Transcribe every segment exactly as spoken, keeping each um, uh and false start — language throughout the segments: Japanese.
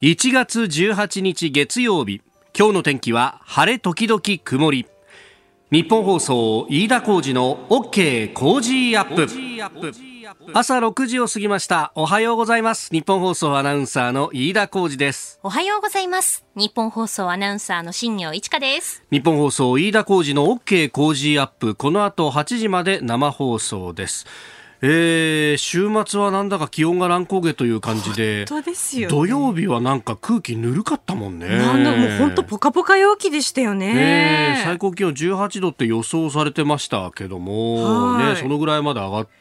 いちがつじゅうはちにち月曜日、今日の天気は晴れ時々曇り。日本放送飯田浩司の OK 工事アップ。朝ろくじを過ぎました。おはようございます。日本放送アナウンサーの飯田浩司です。 おはようございます。日本放送アナウンサーの新業一華です。 日本放送飯田浩司の OK 工事アップ、この後はちじまで生放送です。えー、週末はなんだか気温が乱高下という感じで、 本当ですよね、 土曜日はなんか空気ぬるかったもんね。 なんだもう本当ポカポカ陽気でしたよね、 ね、最高気温じゅうはちどって予想されてましたけども、ね、そのぐらいまで上がって、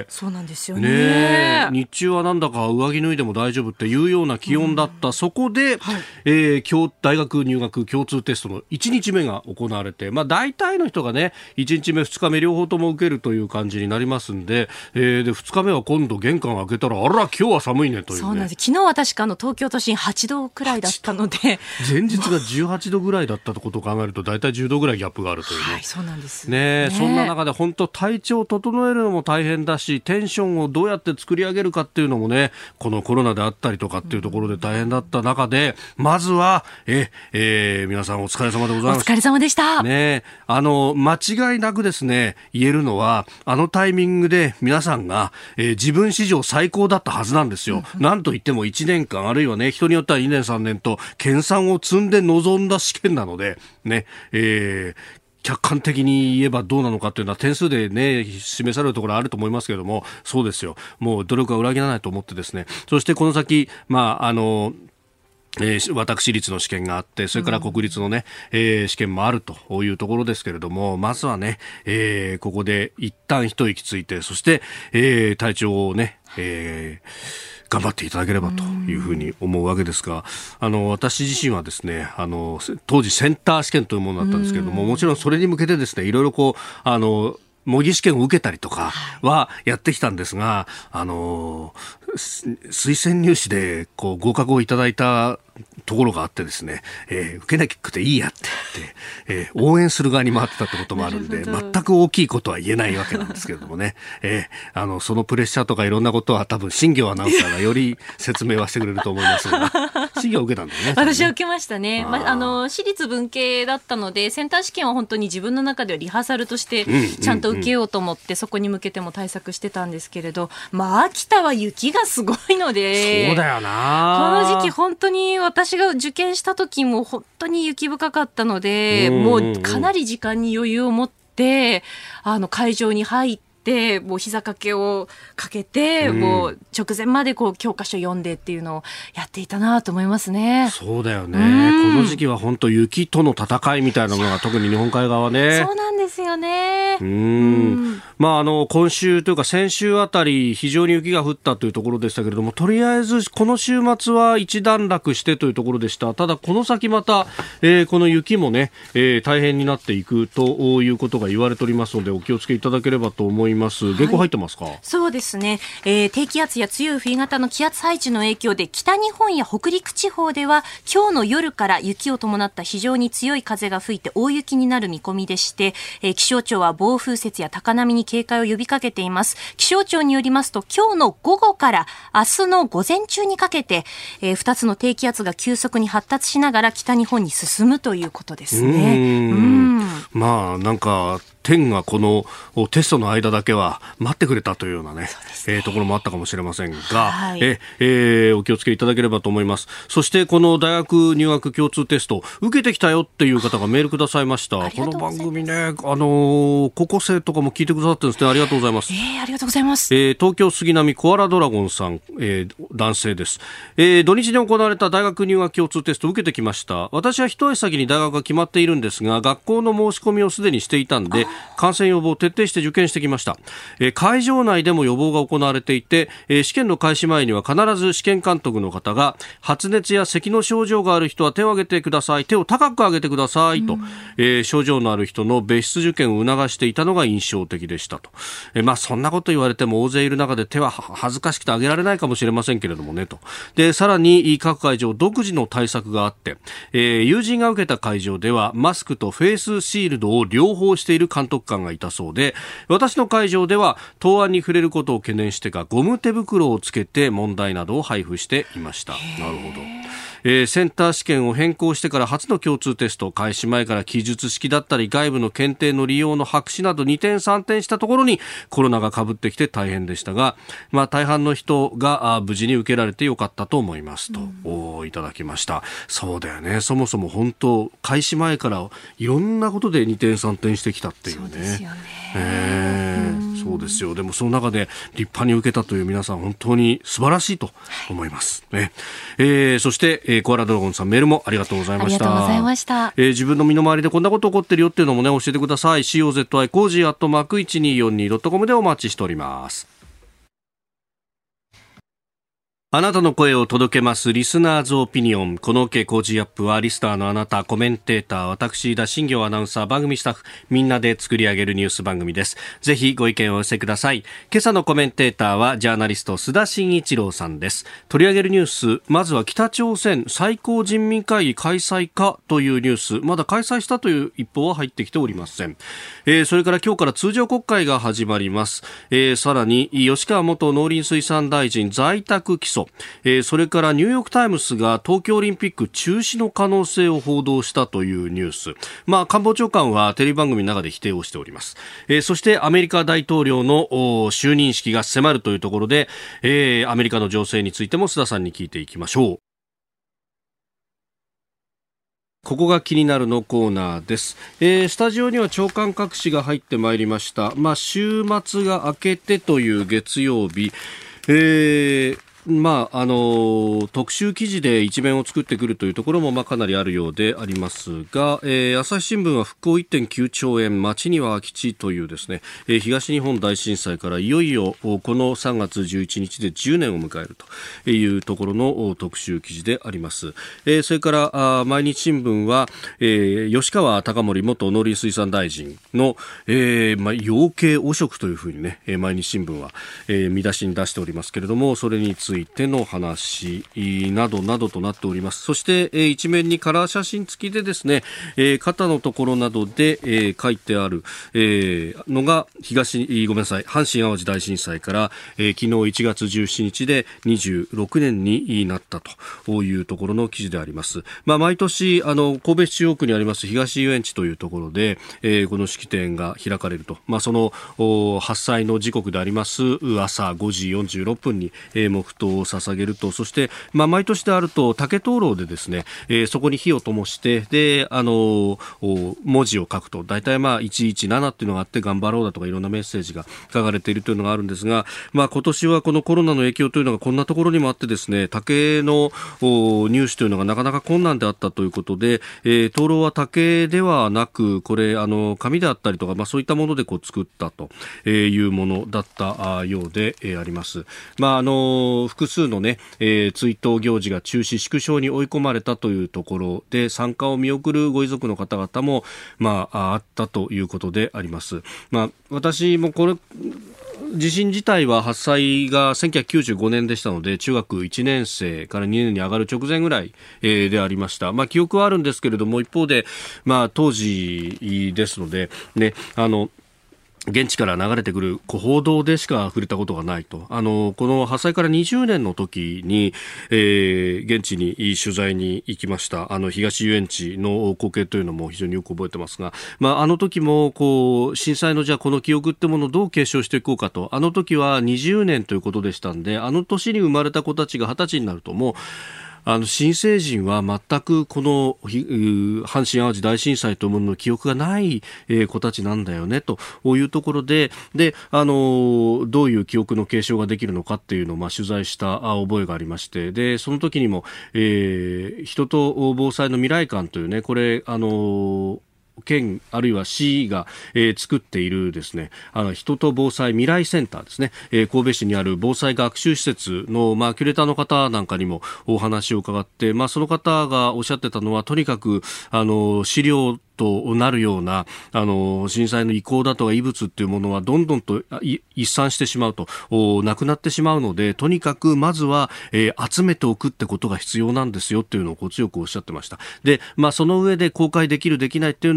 そうなんですよ ね, ね日中はなんだか上着脱いでも大丈夫っていうような気温だった、うん、そこで、はい、えー、今日大学入学共通テストのいちにちめが行われて、まあ、大体の人がねいちにちめふつかめ両方とも受けるという感じになりますんで、えー、でふつかめは今度玄関開けたらあら今日は寒いねというね。 そうなんです。昨日は確かあの東京都心はちどくらいだったので前日がじゅうはちどぐらいだったことを考えると大体じゅうどぐらいギャップがあるというね、 はい、そうなんです、 ね、 ね、 そんな中で本当体調を整えるのも大変だし、テンションをどうやって作り上げるかっていうのもね、このコロナであったりとかっていうところで大変だった中で、まずはえ、えー、皆さんお疲れ様でございます。 お疲れ様でした、 ね、あの間違いなくですね言えるのはあのタイミングで皆さんが、えー、自分史上最高だったはずなんですよ、うん、なんといってもいちねんかんあるいはね人によってはにねんさんねんと研鑽を積んで臨んだ試験なのでね、えー客観的に言えばどうなのかというのは点数でね示されるところあると思いますけれども、そうですよ、もう努力は裏切らないと思ってですね、そしてこの先まああのえー、私立の試験があって、それから国立のね、うんえー、試験もあるというところですけれども、まずはね、えー、ここで一旦一息ついて、そして、えー、体調をね、えー頑張っていただければというふうに思うわけですが、あの私自身はですね、あの当時センター試験というものだったんですけれども、もちろんそれに向けてですね、いろいろこうあの模擬試験を受けたりとかはやってきたんですが、あの推薦入試でこう合格をいただいたところがあってですね、えー、受けなくていいやって言って、えー、応援する側に回ってたってこともあるんで、全く大きいことは言えないわけなんですけれどもね、えー、あのそのプレッシャーとかいろんなことは多分新業アナウンサーがより説明はしてくれると思いますが新業受けたんだよね。 私は受けましたね。あ、まあ、あの私立文系だったのでセンター試験は本当に自分の中ではリハーサルとしてちゃんと受けようと思って、そこに向けても対策してたんですけれど、まあ秋田は雪がすごいので、 そうだよな、 この時期本当に私が受験した時も本当に雪深かったので、もうかなり時間に余裕を持ってあの会場に入ってでもう膝掛けをかけて、うん、もう直前までこう教科書読んでっていうのをやっていたなと思いますね。 そうだよね、うん、この時期は本当雪との戦いみたいなものが特に日本海側ね。 そうなんですよね。 うん、うん、まあ、あの今週というか先週あたり非常に雪が降ったというところでしたけれども、とりあえずこの週末は一段落してというところでした。ただこの先また、えー、この雪もね、えー、大変になっていくということが言われておりますので、お気をつけいただければと思います。原稿入ってますか？はい、 そうですね、えー、低気圧や強い冬型の気圧配置の影響で北日本や北陸地方では今日の夜から雪を伴った非常に強い風が吹いて大雪になる見込みでして、えー、気象庁は暴風雪や高波に警戒を呼びかけています。気象庁によりますと今日の午後から明日の午前中にかけて、えー、ふたつの低気圧が急速に発達しながら北日本に進むということですね。 うんうんまあなんか天がこのテストの間だけは待ってくれたというような ね, ね、えー、ところもあったかもしれませんが、はい、ええー、お気をつけいただければと思います。そしてこの大学入学共通テスト受けてきたよっていう方がメールくださいました。この番組ね、あのー、高校生とかも聞いてくださってるんですね。ありがとうございます。 えー、ありがとうございます。 えー、東京杉並コアラドラゴンさん、えー、男性です。えー、土日に行われた大学入学共通テスト受けてきました。私は一足先に大学が決まっているんですが、学校の申し込みをすでにしていたんで感染予防を徹底して受験してきました。えー、会場内でも予防が行われていて、えー、試験の開始前には必ず試験監督の方が発熱や咳の症状がある人は手を挙げてください、手を高く上げてくださいと、うんえー、症状のある人の別室受験を促していたのが印象的でしたと。えー、まあそんなこと言われても大勢いる中で手は恥ずかしくて上げられないかもしれませんけれどもねと。でさらに各会場独自の対策があって、えー、友人が受けた会場ではマスクとフェイスシールドを両方している監督官がいたそうで、私の会場では答案に触れることを懸念してかゴム手袋をつけて問題などを配布していました。なるほど。 えー、センター試験を変更してから初の共通テスト開始前から記述式だったり外部の検定の利用の白紙などにてんさんてんしたところにコロナが被ってきて大変でしたが、まあ、大半の人が無事に受けられてよかったと思いますと、うん、いただきました。そうだよね、そもそも本当開始前からいろんなことでにてんさんてんしてきたっていうね。そうですよね、えー、そうですよ。でもその中で立派に受けたという皆さん本当に素晴らしいと思います、はい、ね。えー、そして、えー、コアラドラゴンさんメールもありがとうございました。 ありがとうございました。 えー、自分の身の回りでこんなこと起こってるよっていうのもね教えてください。 コズ コージー アットマーク いちにーよんにー ドットコム でお待ちしております。あなたの声を届けますリスナーズオピニオン。この OK 工事アップはリスナーのあなた、コメンテーター、私田新行アナウンサー、番組スタッフみんなで作り上げるニュース番組です。ぜひご意見をお寄せください。今朝のコメンテーターはジャーナリスト須田慎一郎さんです。取り上げるニュース、まずは北朝鮮最高人民会議開催かというニュース。まだ開催したという一報は入ってきておりません。えー、それから今日から通常国会が始まります。えー、さらに吉川元農林水産大臣在宅起訴、えー、それからニューヨークタイムズが東京オリンピック中止の可能性を報道したというニュース。まあ、官房長官はテレビ番組の中で否定をしております。えー、そしてアメリカ大統領の就任式が迫るというところで、えー、アメリカの情勢についても須田さんに聞いていきましょう。ここが気になるのコーナーです。えー、スタジオには長官各紙が入ってまいりました。まあ、週末が明けてという月曜日、えーまああの特集記事で一面を作ってくるというところもまあかなりあるようでありますが、えー、朝日新聞は復興 いってんきゅうちょうえん、街には空き地というですね、えー、東日本大震災からいよいよこのさんがつじゅういちにちでじゅうねんを迎えるというところの特集記事であります。えー、それからあ毎日新聞は、えー、吉川貴盛元農林水産大臣の、えーまあ、養鶏汚職というふうにね、毎日新聞は、えー、見出しに出しておりますけれども、それについてについての話などなどとなっております。そして、えー、一面にカラー写真付きでですね、えー、肩のところなどで、えー、書いてある、えー、のが東ごめんなさい阪神・淡路大震災から、えー、昨日いちがつじゅうしちにちでにじゅうろくねんになったというところの記事であります。まあ、毎年あの神戸市中央区にあります東遊園地というところで、えー、この式典が開かれると、まあ、その発災の時刻であります朝ごじよんじゅうろっぷんに、えー、黙祷を捧げると、そして、まあ、毎年であると竹灯籠でですね、えー、そこに火を灯してで、あの文字を書くと、大体まあいちいちななっていうのがあって頑張ろうだとかいろんなメッセージが書かれているというのがあるんですが、まあ、今年はこのコロナの影響というのがこんなところにもあってですね、竹の入手というのがなかなか困難であったということで、えー、灯籠は竹ではなくこれあの紙であったりとか、まあ、そういったものでこう作ったというものだったようで、えー、あります。まあ、あの複数の、ねえー、追悼行事が中止縮小に追い込まれたというところで、参加を見送るご遺族の方々も、まあ、あったということであります。まあ、私もこれ地震自体は発災がせんきゅうひゃくきゅうじゅうごねんでしたので、中学いちねんせいからにねんに上がる直前ぐらい、えー、でありました。まあ、記憶はあるんですけれども、一方で、まあ、当時ですので、ね、あの現地から流れてくる報道でしか触れたことがないと。あのこの発災からにじゅうねんの時に、えー、現地に取材に行きました。あの東遊園地の光景というのも非常によく覚えてますが、まあ、あの時もこう震災のじゃあこの記憶ってものをどう継承していこうかと。あの時はにじゅうねんということでしたんで、あの年に生まれた子たちがはたちになるともうあの新成人は全くこの阪神・淡路大震災というものの記憶がない子たちなんだよねというところで、であのどういう記憶の継承ができるのかっていうのをまあ取材した覚えがありまして、でその時にも、えー、人と防災の未来館というね、これあの県あるいは市が、えー、作っているですね、あの人と防災未来センターですね、えー、神戸市にある防災学習施設の、まあ、キュレーターの方なんかにもお話を伺って、まあ、その方がおっしゃってたのは、とにかくあの資料となるようなあの震災の遺構だとか遺物っていうものはどんどんと一散してしまうと、なくなってしまうので、とにかくまずは、えー、集めておくってことが必要なんですよっていうのをこう強くおっしゃってました。で、まあ、その上で公開できるできないっていうのは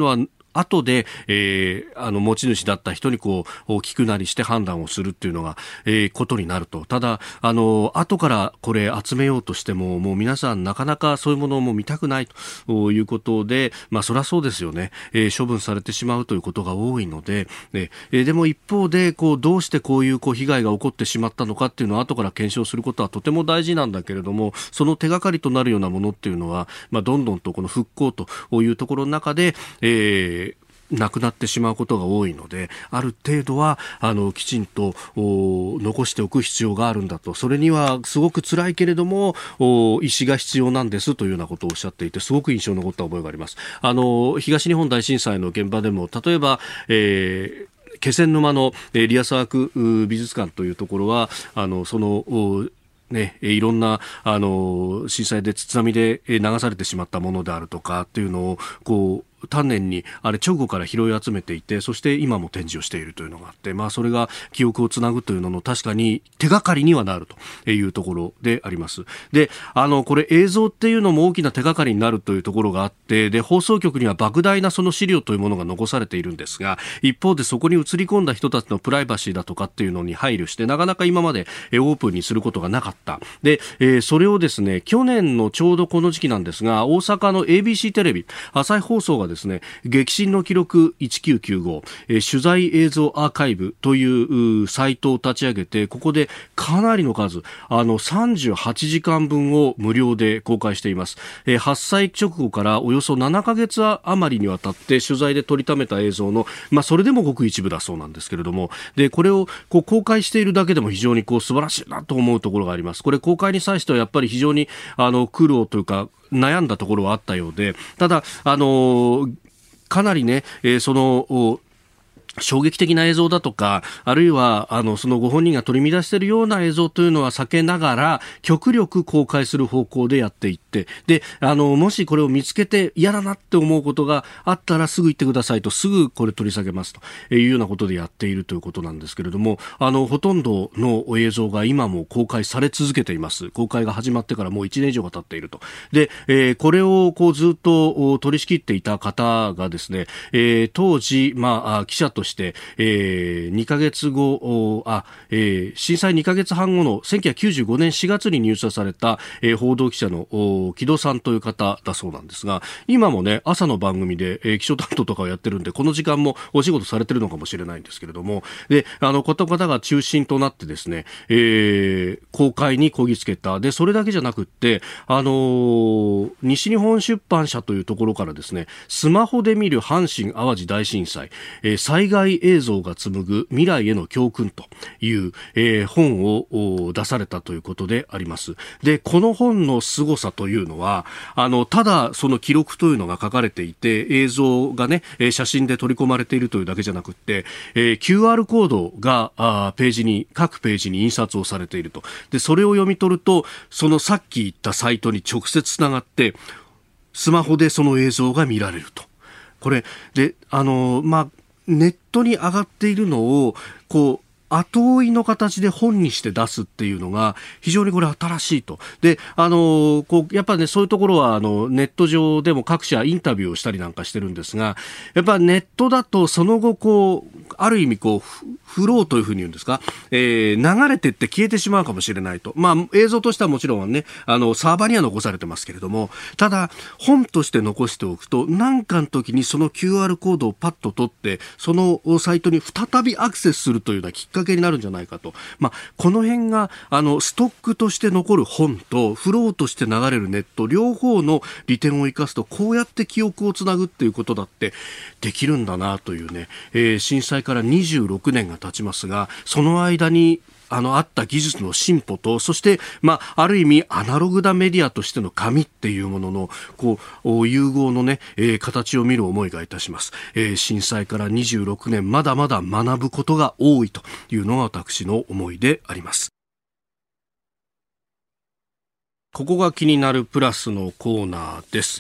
後で、えー、あの持ち主だった人にこう聞くなりして判断をするっていうのが、えー、ことになると。ただあの後からこれ集めようとしてももう皆さんなかなかそういうものも見たくないということで、まあそりゃそうですよね、えー、処分されてしまうということが多いので、ねえー、でも一方でこうどうしてこういうこう被害が起こってしまったのかっていうのを後から検証することはとても大事なんだけれども、その手がかりとなるようなものっていうのは、まあ、どんどんとこの復興というところの中で、えーなくなってしまうことが多いので、ある程度はあのきちんと残しておく必要があるんだと。それにはすごく辛いけれども意思が必要なんですというようなことをおっしゃっていて、すごく印象に残った覚えがあります。あの東日本大震災の現場でも例えば、えー、気仙沼のリアスワーク美術館というところはあのそのね、いろんなあの震災で津波で流されてしまったものであるとかっていうのをこう丹念にあれ直後から拾い集めていて、そして今も展示をしているというのがあって、まあ、それが記憶をつなぐというのの確かに手がかりにはなるというところであります。で、あのこれ映像っていうのも大きな手がかりになるというところがあって、で放送局には莫大なその資料というものが残されているんですが、一方でそこに映り込んだ人たちのプライバシーだとかっていうのに配慮してなかなか今までオープンにすることがなかった。で、えー、それをですね去年のちょうどこの時期なんですが、大阪の エービーシー テレビ朝日放送がですね激震の記録せんきゅうひゃくきゅうじゅうご、えー、取材映像アーカイブというサイトを立ち上げて、ここでかなりの数あのさんじゅうはちじかんぶんを無料で公開しています。えー、発災直後からおよそななかげつ余りにわたって取材で撮りためた映像の、まあ、それでもごく一部だそうなんですけれども、でこれをこう公開しているだけでも非常にこう素晴らしいなと思うところがあります。これ公開に際してはやっぱり非常にあの苦労というか悩んだところはあったようで、ただあのーかなりね、えー、その衝撃的な映像だとか、あるいはあのそのご本人が取り乱しているような映像というのは避けながら極力公開する方向でやっていって、であのもしこれを見つけて嫌だなって思うことがあったらすぐ言ってくださいと、すぐこれ取り下げますというようなことでやっているということなんですけれども、あのほとんどの映像が今も公開され続けています。公開が始まってからもういちねん以上が経っていると。で、えー、これをこうずっと取り仕切っていた方がですね、えー、当時、まあ、記者としてして、えー、にかげつごあ、えー、震災にかげつはん後のせんきゅうひゃくきゅうじゅうごねんしがつに入社された、えー、報道記者の木戸さんという方だそうなんですが、今もね朝の番組で、えー、気象担当とかをやってるんでこの時間もお仕事されてるのかもしれないんですけれども、であのこの方が中心となってですね、えー、公開にこぎつけた。でそれだけじゃなくって、あのー、西日本出版社というところからですね、スマホで見る阪神淡路大震災、えー、災害映像が紡ぐ未来への教訓という、えー、本を出されたということであります。でこの本の凄さというのは、あのただその記録というのが書かれていて映像がね写真で取り込まれているというだけじゃなくって、えー、キューアール コードがあーページに各ページに印刷をされていると。でそれを読み取るとそのさっき言ったサイトに直接つながってスマホでその映像が見られると。これであのまあネットに上がっているのをこう後追いの形で本にして出すっていうのが非常にこれ新しいと。で、あのこうやっぱねそういうところはあのネット上でも各社インタビューをしたりなんかしてるんですが、やっぱネットだとその後こうある意味こうフローというふうに言うんですか、えー、流れてって消えてしまうかもしれないと。まあ映像としてはもちろんねあのサーバーには残されてますけれども、ただ本として残しておくと何かの時にその キューアール コードをパッと取ってそのサイトに再びアクセスするというようなきっかけになるんじゃないかと。まあ、この辺があのストックとして残る本とフローとして流れるネット両方の利点を生かすとこうやって記憶をつなぐっていうことだってできるんだなというね、えー、震災からにじゅうろくねんが経ちますが、その間にあのあった技術の進歩と、そして、まあ、ある意味アナログなメディアとしての紙っていうもののこう融合のね、えー、形を見る思いがいたします。えー、震災からにじゅうろくねんまだまだ学ぶことが多いというのが私の思いであります。ここが気になるプラスのコーナーです。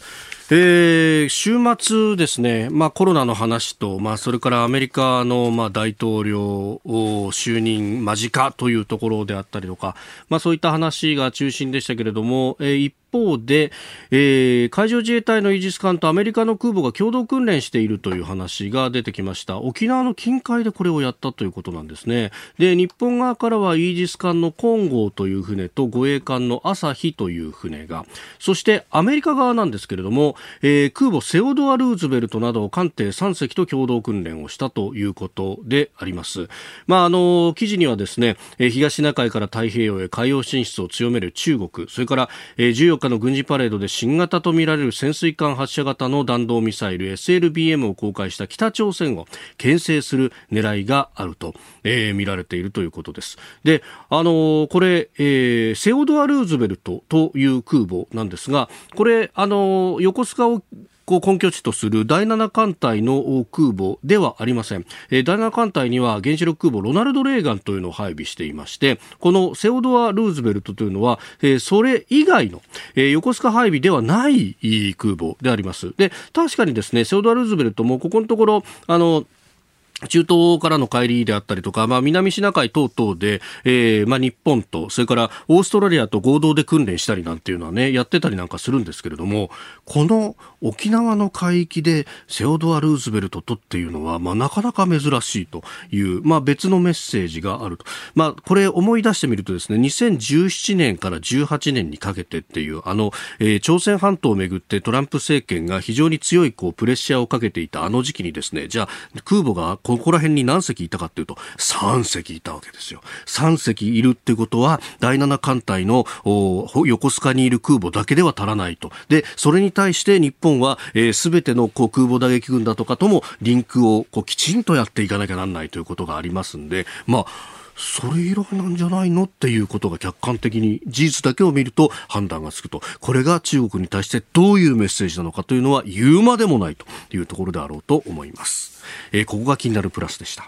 えー、週末ですね、まあ、コロナの話と、まあ、それからアメリカの、まあ、大統領就任間近というところであったりとか、まあ、そういった話が中心でしたけれども、えー、一方で、えー、海上自衛隊のイージス艦とアメリカの空母が共同訓練しているという話が出てきました。沖縄の近海でこれをやったということなんですね。で、日本側からはイージス艦の金剛という船と護衛艦の朝日という船が、そしてアメリカ側なんですけれども、えー、空母セオドア・ルーズベルトなど艦艇さん隻と共同訓練をしたということであります。まあ、あの記事にはですね、東シナ海から太平洋へ海洋進出を強める中国、それから、えー、じゅうよっかの軍事パレードで新型とみられる潜水艦発射型の弾道ミサイル エスエルビーエム を公開した北朝鮮を牽制する狙いがあると、えー、見られているということです。で、あのこれ、えー、セオドア・ルーズベルトという空母なんですが、これあの横須賀を根拠地とするだいなな艦隊の空母ではありません。だいなな艦隊には原子力空母ロナルド・レーガンというのを配備していまして、このセオドア・ルーズベルトというのはそれ以外の横須賀配備ではない空母であります。で、確かにですね、セオドア・ルーズベルトもここのところあの中東からの帰りであったりとか、まあ、南シナ海等々で、えーまあ、日本とそれからオーストラリアと合同で訓練したりなんていうのはね、やってたりなんかするんですけれども、この沖縄の海域でセオドア・ルーズベルトとっていうのは、まあ、なかなか珍しいという、まあ、別のメッセージがあると。まあ、これ思い出してみるとですね、にせんじゅうななねんからじゅうはちねんにかけてっていうあの、えー、朝鮮半島をめぐってトランプ政権が非常に強いこうプレッシャーをかけていたあの時期にですね、じゃあ空母がここら辺に何隻いたかというとさん隻いたわけですよ。さん隻いるっていうことはだいなな艦隊の横須賀にいる空母だけでは足らないと。で、それに対して日本は、えー、全てのこう空母打撃群だとかともリンクをこうきちんとやっていかなきゃなんないということがありますんで、まあそれ以来なんじゃないのっていうことが客観的に事実だけを見ると判断がつくと。これが中国に対してどういうメッセージなのかというのは言うまでもないというところであろうと思います。えー、ここが気になるプラスでした。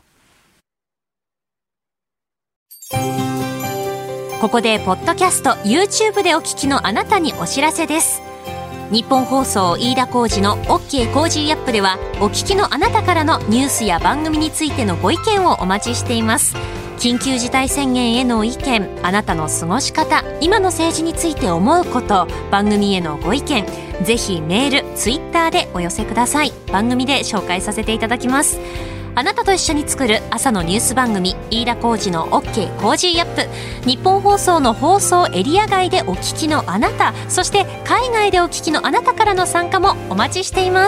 ここでポッドキャスト YouTube でお聞きのあなたにお知らせです。日本放送飯田浩司の OK コージーアップではお聞きのあなたからのニュースや番組についてのご意見をお待ちしています。緊急事態宣言への意見、あなたの過ごし方、今の政治について思うこと、番組へのご意見、ぜひメール、ツイッターでお寄せください。番組で紹介させていただきます。あなたと一緒に作る朝のニュース番組飯田浩司の OK コージーアップ。日本放送の放送エリア外でお聞きのあなた、そして海外でお聞きのあなたからの参加もお待ちしています。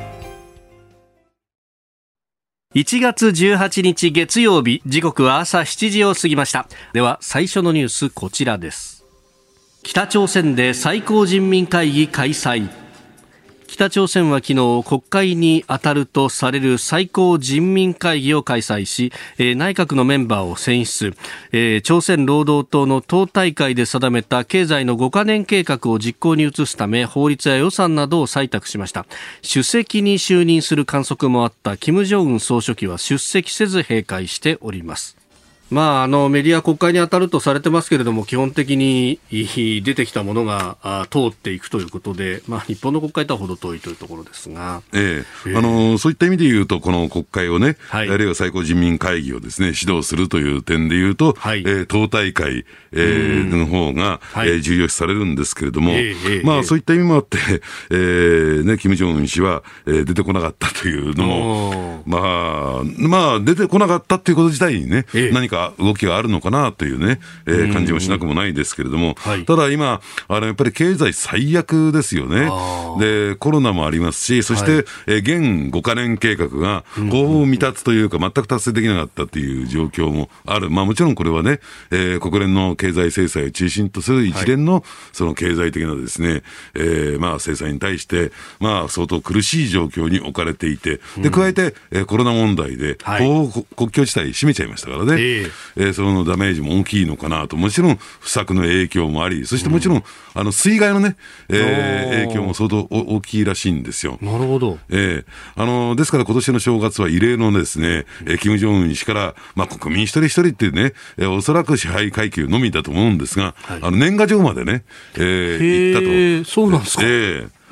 いちがつじゅうはちにち月曜日、時刻は朝しちじを過ぎました。では最初のニュース、こちらです。北朝鮮で最高人民会議開催。北朝鮮は昨日国会に当たるとされる最高人民会議を開催し、えー、内閣のメンバーを選出、えー、朝鮮労働党の党大会で定めた経済のごかねん計画を実行に移すため法律や予算などを採択しました。主席に就任する観測もあった金正恩総書記は出席せず閉会しております。まあ、あのメディア国会に当たるとされてますけれども、基本的に出てきたものが通っていくということで、まあ、日本の国会とは程遠いというところですが、 えええー、あのそういった意味で言うとこの国会をね、はい、あるいは最高人民会議をですね指導するという点で言うと、はい、えー、党大会、えー、の方が、はい、えー、重要視されるんですけれども、えー、まあ、そういった意味もあって、えーね、金正恩氏は、えー、出てこなかったというのも、まあ、まあ、出てこなかったということ自体にね、えー、何か動きがあるのかなというね、えー、感じもしなくもないですけれども、はい、ただ今あのやっぱり経済最悪ですよね。でコロナもありますし、そして、はい、えー、現ごかねん計画が高未達というか全く達成できなかったという状況もある。まあ、もちろんこれはね、えー、国連の経済制裁を中心とする一連のその経済的なですね、えー、まあ制裁に対してまあ相当苦しい状況に置かれていて、で加えて、えー、コロナ問題で、はい、国境地帯閉めちゃいましたからね、えーえー、そのダメージも大きいのかなと。もちろん不作の影響もあり、そしてもちろん、うん、あの水害のね、えー、影響も相当大きいらしいんですよ。 なるほど。 えー、あのですから今年の正月は異例のですね、えー、金正恩氏から、まあ、国民一人一人っていうね、えー、おそらく支配階級のみだと思うんですが、はい、あの年賀状までね、えー、行ったと。 そうなんですか。 えー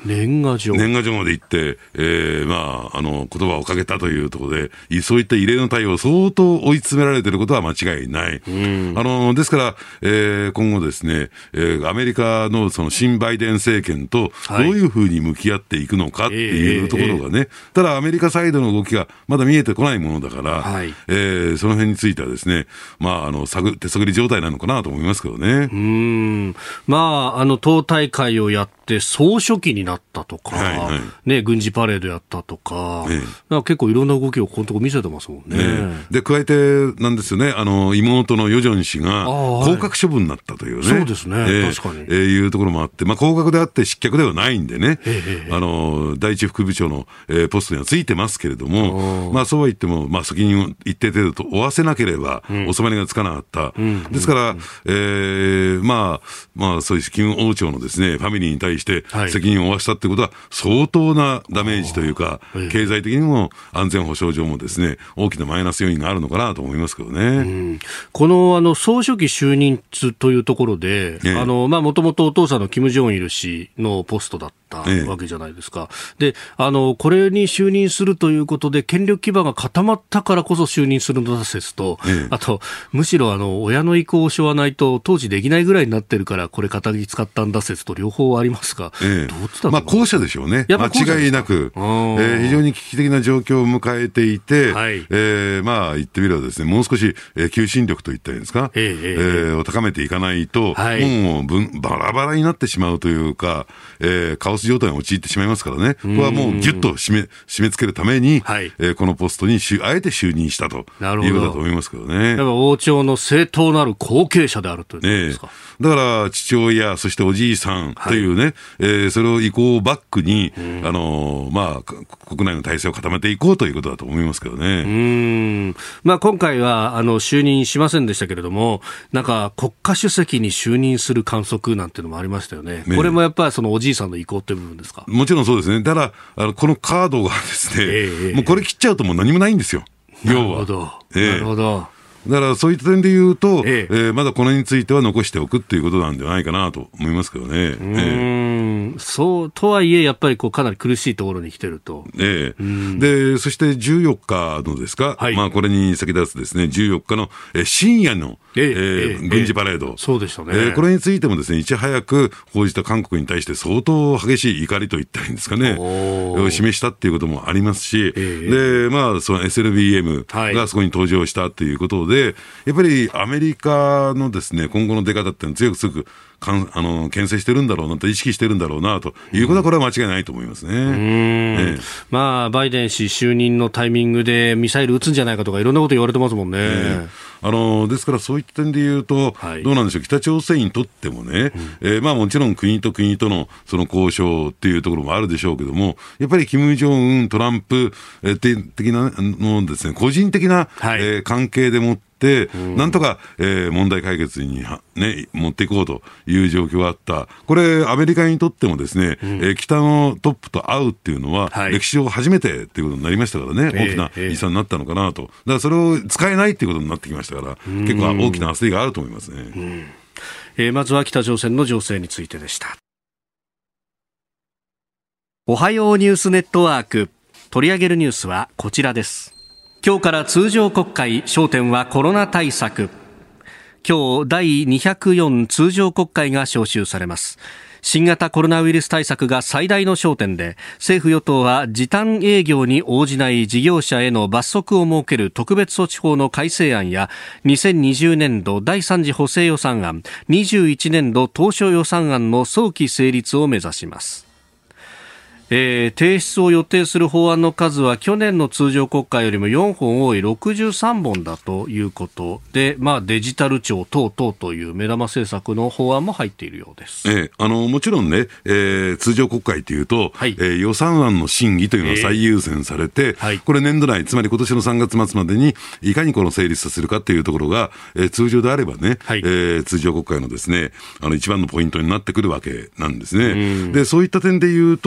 年賀状年賀状まで行って、えー、まあ、あの、言葉をかけたというところで、そういった異例の対応、相当追い詰められていることは間違いない。あの、ですから、えー、今後ですね、えー、アメリカのその新バイデン政権とどういうふうに向き合っていくのかっていうところがね、はいえーえー、ただアメリカサイドの動きがまだ見えてこないものだから、はい、えー、その辺についてはですね、まあ、あの、探、手探り状態なのかなと思いますけどね。 うーん。まあ、あの、党大会をやって総書記になったとか、はいはい、ね、軍事パレードやったとか、ええ、なんか結構いろんな動きをこのとこ見せてますもんね。 ええ、で、加えてなんですよね、あの、妹のヨジョン氏が降格処分になったというね。 そうですね、えー、確かに。 えー、いうところもあって、まあ、降格であって失脚ではないんでね、えー、あの、第一副部長の、えー、ポストにはついてますけれども、まあ、そうは言っても、まあ、責任を一定程度と負わせなければ、うん、収まりがつかなかった。うん、ですから、うん、えー、まあ、まあ、そういう金王朝のですね、ファミリーに対して責任を負わしたってことは、相当なダメージというか、経済的にも安全保障上もですね、大きなマイナス要因があるのかなと思いますけどね。うん、 この、あの、総書記就任というところで、ええ、あの、まあ、もともとお父さんの金正日氏のポストだったわけじゃないですか。ええ、で、あの、これに就任するということで、権力基盤が固まったからこそ就任するのだ説と、ええ、あと、むしろ、あの、親の意向を背負わないと、当時できないぐらいになってるから、これ、肩に使ったんだ説と両方ありますが、 ええ、どっちだと思いますか？まあ、後者でしょうね。間違いなく、えー、非常に危機的な状況を迎えていて、はい、えー、まあ、言ってみればですね、もう少し、えー、求心力といったらいいんですか、えーえーえー、を高めていかないと、はい、もう分バラバラになってしまうというか、えー、カオス状態に陥ってしまいますからね、ここはもうギュッと締め、締め付けるために、はい、えー、このポストにしあえて就任したということだと思いますけどね。 やっぱ王朝の正当なる後継者であるということですか。 ね、だから父親、そしておじいさんというね、はい、えー、それを意向をバックに、あのー、まあ、国内の体制を固めていこうということだと思いますけどね。 うーん、まあ、今回はあの就任しませんでしたけれども、なんか国家主席に就任する観測なんていうのもありましたよね。ね、これもやっぱりそのおじいさんの意向っていう部分ですか？ もちろんそうですね。ただあのこのカードがですね、えー、もうこれ切っちゃうともう何もないんですよ。要は。なるほど。えー、なるほど。 だからそういった点で言うと、えええー、まだこれについては残しておくっていうことなんではないかなと思いますけどね。うーん、えー、そうとはいえやっぱりこうかなり苦しいところに来てると。 ええ、でそしてじゅうよっかのですか、はい、まあこれに先立つですねじゅうよっかの、えー、深夜の、えーえー、軍事パレード、えー、 そうでしたね。 えー、これについてもですねいち早く報じた韓国に対して相当激しい怒りといったらいいんですかね、を示したっていうこともありますし、えー、でまあその エスエルビーエム がそこに登場したということで、はい、やっぱりアメリカのですね今後の出方って強くすぐかんあの牽制してるんだろうなと意識してるんだろうなということはこれは間違いないと思いますね。うん、 ええ、まあバイデン氏就任のタイミングでミサイル撃つんじゃないかとかいろんなこと言われてますもんね。ええ、あのですからそういった点で言うと、はい、どうなんでしょう、北朝鮮にとってもね、うん、えー、まあもちろん国と国とのその交渉っていうところもあるでしょうけども、やっぱり金正恩、トランプ、えー、的なのですね個人的な、はい、えー、関係でもってでなんとか、えー、問題解決に、ね、持っていこうという状況があった。これアメリカにとってもですね、うん、えー、北のトップと会うっていうのは、はい、歴史上初めてということになりましたからね、えー、大きな遺産になったのかなと。だからそれを使えないっていうことになってきましたから、結構大きな焦りがあると思いますね。うん、 えー、まずは北朝鮮の情勢についてでした。おはようニュースネットワーク、取り上げるニュースはこちらです。今日から通常国会、焦点はコロナ対策。今日だいにひゃくよん通常国会が召集されます。新型コロナウイルス対策が最大の焦点で、政府与党は時短営業に応じない事業者への罰則を設ける特別措置法の改正案や、にせんにじゅうねんどだいさん次補正予算案、にじゅういちねんど当初予算案の早期成立を目指します。えー、提出を予定する法案の数は去年の通常国会よりもよんほん多いろくじゅうさんぼんだということで、まあ、デジタル庁等々という目玉政策の法案も入っているようです。 えー、あのもちろんね、えー、通常国会というと、はい、えー、予算案の審議というのが最優先されて、えーはい、これ年度内、つまり今年のさんがつ末までにいかにこの成立させるかというところが、えー、通常であればね、はい、えー、通常国会のですね、あの一番のポイントになってくるわけなんですね。でそういった点で言うと、はい、え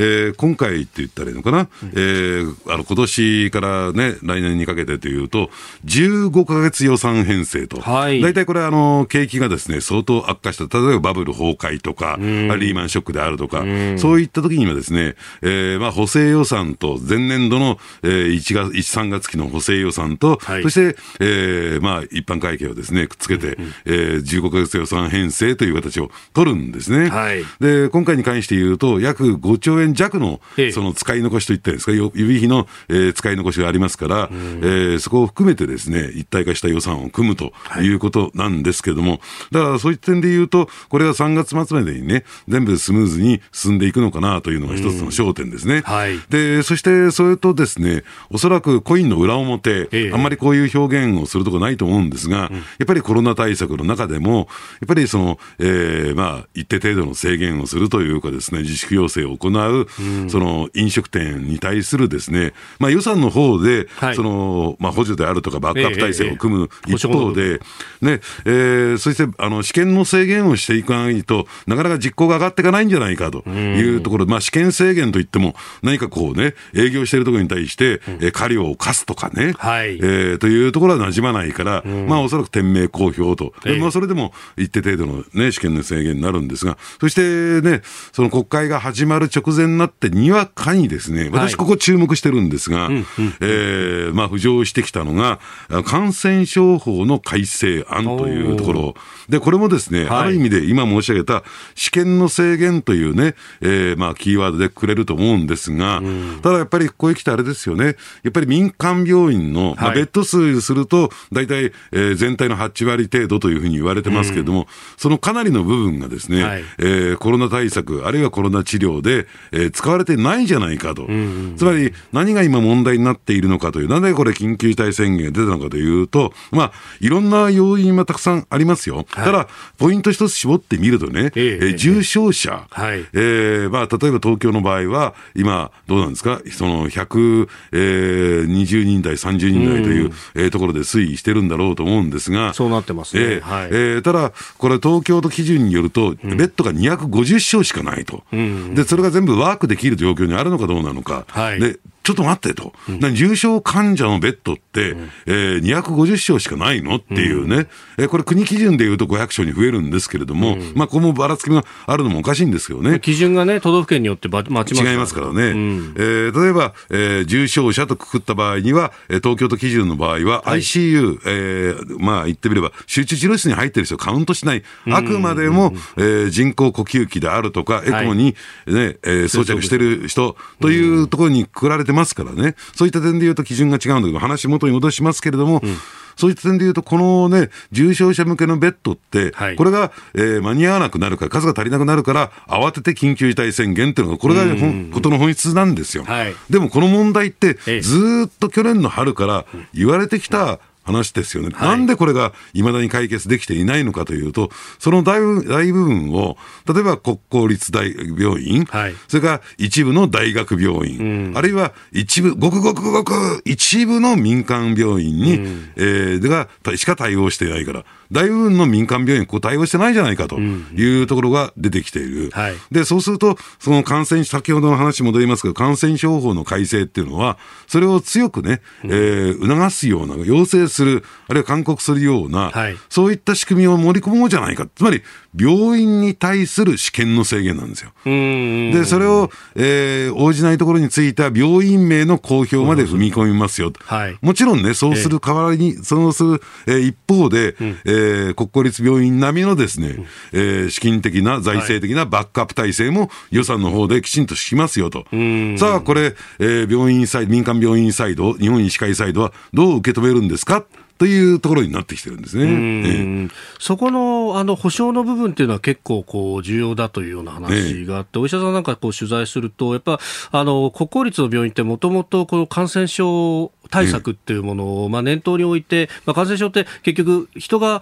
えー、今回って言ったらいいのかな、うん、えー、あの今年からね来年にかけてというとじゅうごかげつ予算編成と、はい、大体これあの景気がですね相当悪化した、例えばバブル崩壊とか、うん、リーマンショックであるとか、うん、そういった時にはですね、えー、まあ補正予算と前年度の、えー、いちがついち、さんがつ期の補正予算と、はい、そして、えー、まあ一般会計をですねくっつけて、うん、えー、じゅうごかげつ予算編成という形を取るんですね、はい、で今回に関して言うと約ごちょうえん弱のその使い残しといったんですか、予備費の、えー、使い残しがありますから、うん、えー、そこを含めてですね一体化した予算を組むということなんですけども、はい、だからそういった点で言うとこれはさんがつ末までにね全部スムーズに進んでいくのかなというのが一つの焦点ですね、うん、はい、でそしてそれとですねおそらくコインの裏表、ええ、あんまりこういう表現をするとこないと思うんですが、うん、やっぱりコロナ対策の中でもやっぱりその、えー、まあ一定程度の制限をするというかですね自粛要請を行う、うん、その飲食店に対するですね、まあ、予算の方で、はい、そのまあ、補助であるとかバックアップ体制を組む一方で、ええええねえー、そしてあの試験の制限をしていかないとなかなか実行が上がっていかないんじゃないかというところ、うん、まあ、試験制限といっても何かこうね営業しているところに対して、うん、え過料を課すとかね、はい、えー、というところは馴染まないから、うん、まあ、おそらく店名公表と、で、まあ、それでも一定程度の、ね、試験の制限になるんですが、そしてねその国会が始まる直前になってにわかにですね私ここ注目してるんですが、はい、えー、まあ、浮上してきたのが感染症法の改正案というところで、これもですね、はい、ある意味で今申し上げた試験の制限というね、えー、まあキーワードでくれると思うんですが、うん、ただやっぱりここへ来てあれですよね、やっぱり民間病院の、まあ、ベッド数すると大体、えー、全体のはちわり程度というふうに言われてますけれども、うん、そのかなりの部分がですね、はい、えー、コロナ対策あるいはコロナ治療で、えー、使われてないじゃないかと、うん、つまり何が今問題になっているのかという、なんでこれ緊急事態宣言が出たのかというと、まあいろんな要因はたくさんありますよ、はい、ただポイント一つ絞ってみるとね、えーえー、重症者、はい、えーまあ、例えば東京の場合は今どうなんですか、そのひゃくにじゅうにん台さんじゅうにん台という、えー、ところで推移してるんだろうと思うんですが、 そうなってますね、 えーはい、えー、ただこれ東京都基準によると、うん、ベッドがにひゃくごじゅうしょうしかないと、うん、でそれが全部ワークできる状況にあるのかどうなのか、はい、でちょっと待ってと、うん、重症患者のベッドって、うん、えー、にひゃくごじゅっしょうしかないのっていうね、うん、えー、これ国基準でいうとごひゃくしょうに増えるんですけれども、うん、まあここもばらつきがあるのもおかしいんですけどね、 基準がね都道府県によってまちますから、 違いますからね、うん、えー、例えば、えー、重症者とくくった場合には、えー、東京都基準の場合は アイシーユー、はい、えー、まあ言ってみれば集中治療室に入ってる人カウントしない、あくまでも、えー、人工呼吸器であるとかエコーに、ね、えー、装着してる人というところにくくられてますからね、そういった点で言うと基準が違うんだけど、話元に戻しますけれども、うん、そういった点で言うとこのね重症者向けのベッドって、はい、これが、えー、間に合わなくなるから数が足りなくなるから慌てて緊急事態宣言っていうのがこれがことの本質なんですよ、はい、でもこの問題ってずっと去年の春から言われてきた話ですよね、はい、なんでこれが未だに解決できていないのかというと、その大部、大部分を例えば国公立大病院、はい、それから一部の大学病院、うん、あるいは一部ごくごくごく一部の民間病院に、うん、えー、がしか対応していないから大部分の民間病院ここ対応してないじゃないかというところが出てきている、うん、はい、でそうするとその感染先ほどの話戻りますけど感染症法の改正っていうのはそれを強くね、うん、えー、促すような要請するあるいは勧告するような、はい、そういった仕組みを盛り込もうじゃないか、つまり病院に対する試験の制限なんですよ。うーん、でそれを、えー、応じないところについては病院名の公表まで踏み込みますよと、はい、もちろんねそうする代わりに、えー、そうする、えー、一方で、うん、えー、国公立病院並みのですね、うん、えー、資金的な財政的なバックアップ体制も予算の方できちんと敷きますよと、はい、さあこれ、えー、病院サイド民間病院サイド日本医師会サイドはどう受け止めるんですかというところになってきてるんですね。うん、えー、そこのあの保障の部分っていうのは結構こう重要だというような話があって、えー、お医者さんなんかこう取材するとやっぱあの国公立の病院ってもともとこの感染症対策っていうものを、まあ、念頭に置いて、まあ、感染症って結局人が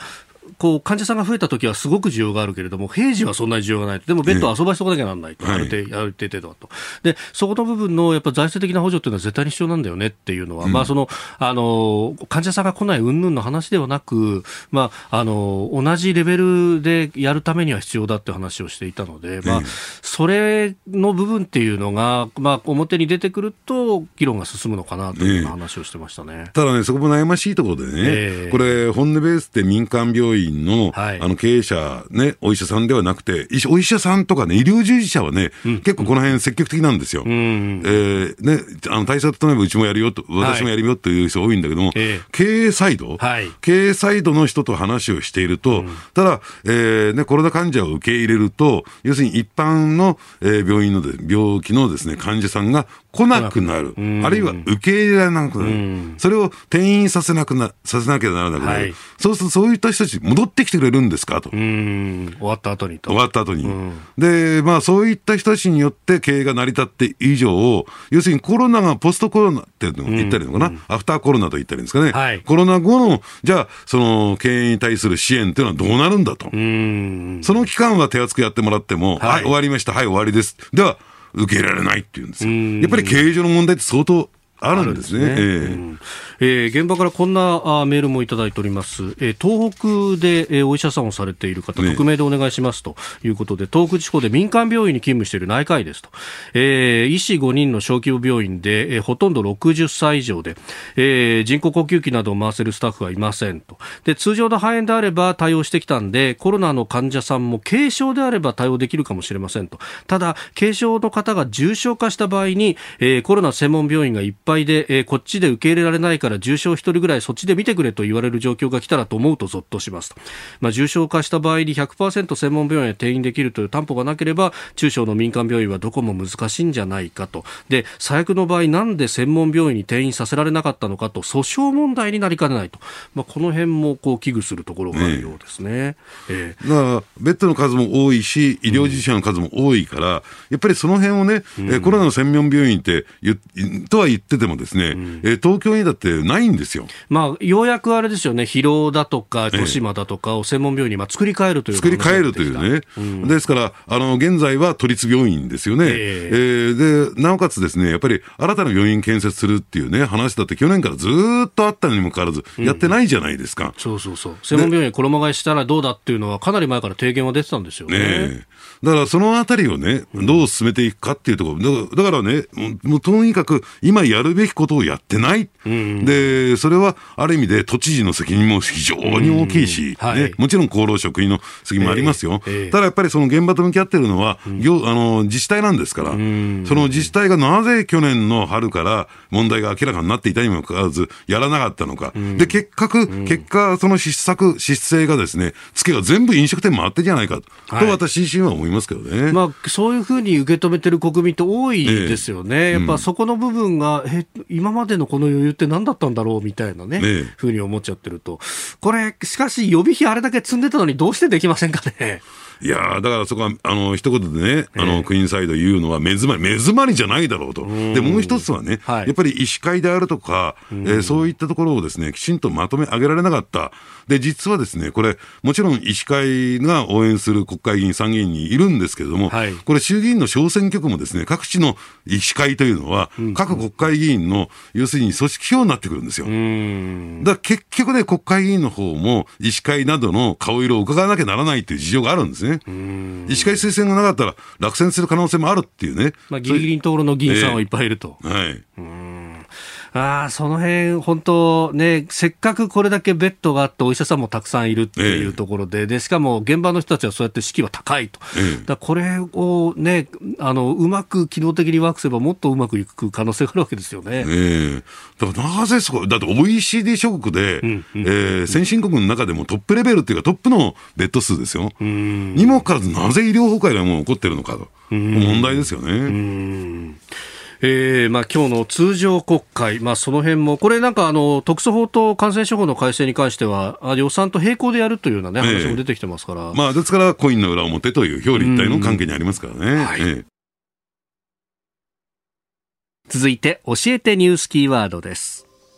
こう患者さんが増えたときはすごく需要があるけれども、平時はそんなに需要がないと、でもベッドを遊ばせておかなきゃならないと、ええ、ある程度、ある程度はと、でそこの部分のやっぱ財政的な補助というのは絶対に必要なんだよねっていうのは、うん、まあ、そのあの患者さんが来ない云々の話ではなく、まあ、あの同じレベルでやるためには必要だって話をしていたので、まあ、それの部分っていうのが、まあ、表に出てくると議論が進むのかなというような話をしてましたね。 ただね、そこも悩ましいところでね、えー、これ本音ベースって民間病院の、はい、あの経営者、ね、お医者さんではなくて、お医者さんとかね、医療従事者はね、うん、結構この辺積極的なんですよ。うん、えーね、あの対策となればうちもやるよと、私もやるよという人多いんだけども、はい、経営サイド、はい、経営サイドの人と話をしていると、うん、ただ、えーね、コロナ患者を受け入れると、要するに一般の、えー、病院ので病気のですね、患者さんが来なくなる、あるいは受け入れられなくなる、うん、それを転院させなくなさせなきゃならなくなる、はい、そうするとそういった人たち戻ってきてくれるんですかと、うん、 終わった後にと終わった後に、うん、で、まあ、そういった人たちによって経営が成り立って以上、要するにコロナがポストコロナっていうのを言ったりのかな、うん、アフターコロナと言ったりですかね、はい、コロナ後のじゃあその経営に対する支援っていうのはどうなるんだと、うん、その期間は手厚くやってもらっても、はい、はい、終わりました、はい終わりですでは受け入れられないっていうんですよ。やっぱり経営上の問題って相当あるんですね。 あるんですね。えーうんえー、現場からこんなあメールもいただいております。えー、東北で、えー、お医者さんをされている方、ね、匿名でお願いしますということで、東北地方で民間病院に勤務している内科医ですと、えー、医師ごにんの小規模病院で、えー、ほとんどろくじゅっさい以上で、えー、人工呼吸器などを回せるスタッフはいませんと。で、通常の肺炎であれば対応してきたんで、コロナの患者さんも軽症であれば対応できるかもしれませんと。ただ軽症の方が重症化した場合に、えー、コロナ専門病院がいっぱいで、えー、こっちで受け入れられないから重症ひとりぐらいそっちで見てくれと言われる状況が来たらと思うとゾッとしますと。まあ、重症化した場合に ひゃくパーセント 専門病院へ転院できるという担保がなければ中小の民間病院はどこも難しいんじゃないかと。で、最悪の場合なんで専門病院に転院させられなかったのかと訴訟問題になりかねないと、まあ、この辺もこう危惧するところがあるようですね。えー、 だからベッドの数も多いし医療従事者の数も多いから、うん、やっぱりその辺をね、うん、コロナの専門病院ってとは言っててもですね、うん、東京にだってないんですよ。 まあ、ようやくあれですよね、広尾だとか豊島だとかを専門病院にまあ作り変えるという作り変えるというね、うん、ですからあの現在は都立病院ですよね、えーえー、でなおかつですねやっぱり新たな病院建設するっていうね話だって去年からずっとあったにもかかわらずやってないじゃないですか、うん、 そうそうそう、専門病院に衣替えしたらどうだっていうのはかなり前から提言は出てたんですよね。ね、 だからそのあたりをねどう進めていくかっていうところだからね、もうとにかく今やるべきことをやってない、うん、でそれはある意味で都知事の責任も非常に大きいし、はいね、もちろん厚労省国の責任もありますよ、えーえー、ただやっぱりその現場と向き合っているのは、うん、業あの自治体なんですから、うん、その自治体がなぜ去年の春から問題が明らかになっていたにもかかわらずやらなかったのか、うん、で結果、うん、結果その失策失勢がですねツケが全部飲食店回ってんじゃないかと、はい、と私自身は思いますけどね。 まあ、そういうふうに受け止めてる国民って多いですよね、えー、やっぱそこの部分が、うん、え今までのこの余裕って何だったんだろうみたいなね、えー、ふうに思っちゃってると、これしかし予備費あれだけ積んでたのにどうしてできませんかね。 いやだからそこはあの一言でね、あのクイーンサイド言うのは目詰まり目詰まりじゃないだろうと。でもう一つはね、はい、やっぱり医師会であるとか、えー、そういったところをですねきちんとまとめ上げられなかった。で実はですねこれもちろん医師会が応援する国会議員参議院にいるんですけれども、はい、これ衆議院の小選挙区もですね各地の医師会というのは、うん、各国会議員の要するに組織票になってくるんですよ。うんだから結局ね国会議員の方も医師会などの顔色を伺わなきゃならないという事情があるんですね。うん医師会推薦がなかったら落選する可能性もあるっていうね、 まあ、ギリギリのところの議員さんはいっぱいいると、 えー、はいうんあその辺本当ね、せっかくこれだけベッドがあってお医者さんもたくさんいるっていうところで、ええ、でしかも現場の人たちはそうやって士気は高いと、ええ、だこれをねあのうまく機能的にワークすればもっとうまくいく可能性があるわけですよね。ええ、だからなぜそこだって オーイーシーディー 諸国で、うんうんえー、先進国の中でもトップレベルっていうかトップのベッド数ですよ。うんにもかかわらずなぜ医療崩壊がもう起こってるのかと問題ですよね。うんえーまあ、今日の通常国会、まあ、その辺もこれなんかあの特措法と感染症法の改正に関しては予算と並行でやるというような、ね、話も出てきてますから、えーまあ、 ですからコインの裏表という表裏一体の関係にありますからね、はいえー、 続いて教えてニュースキーワードです。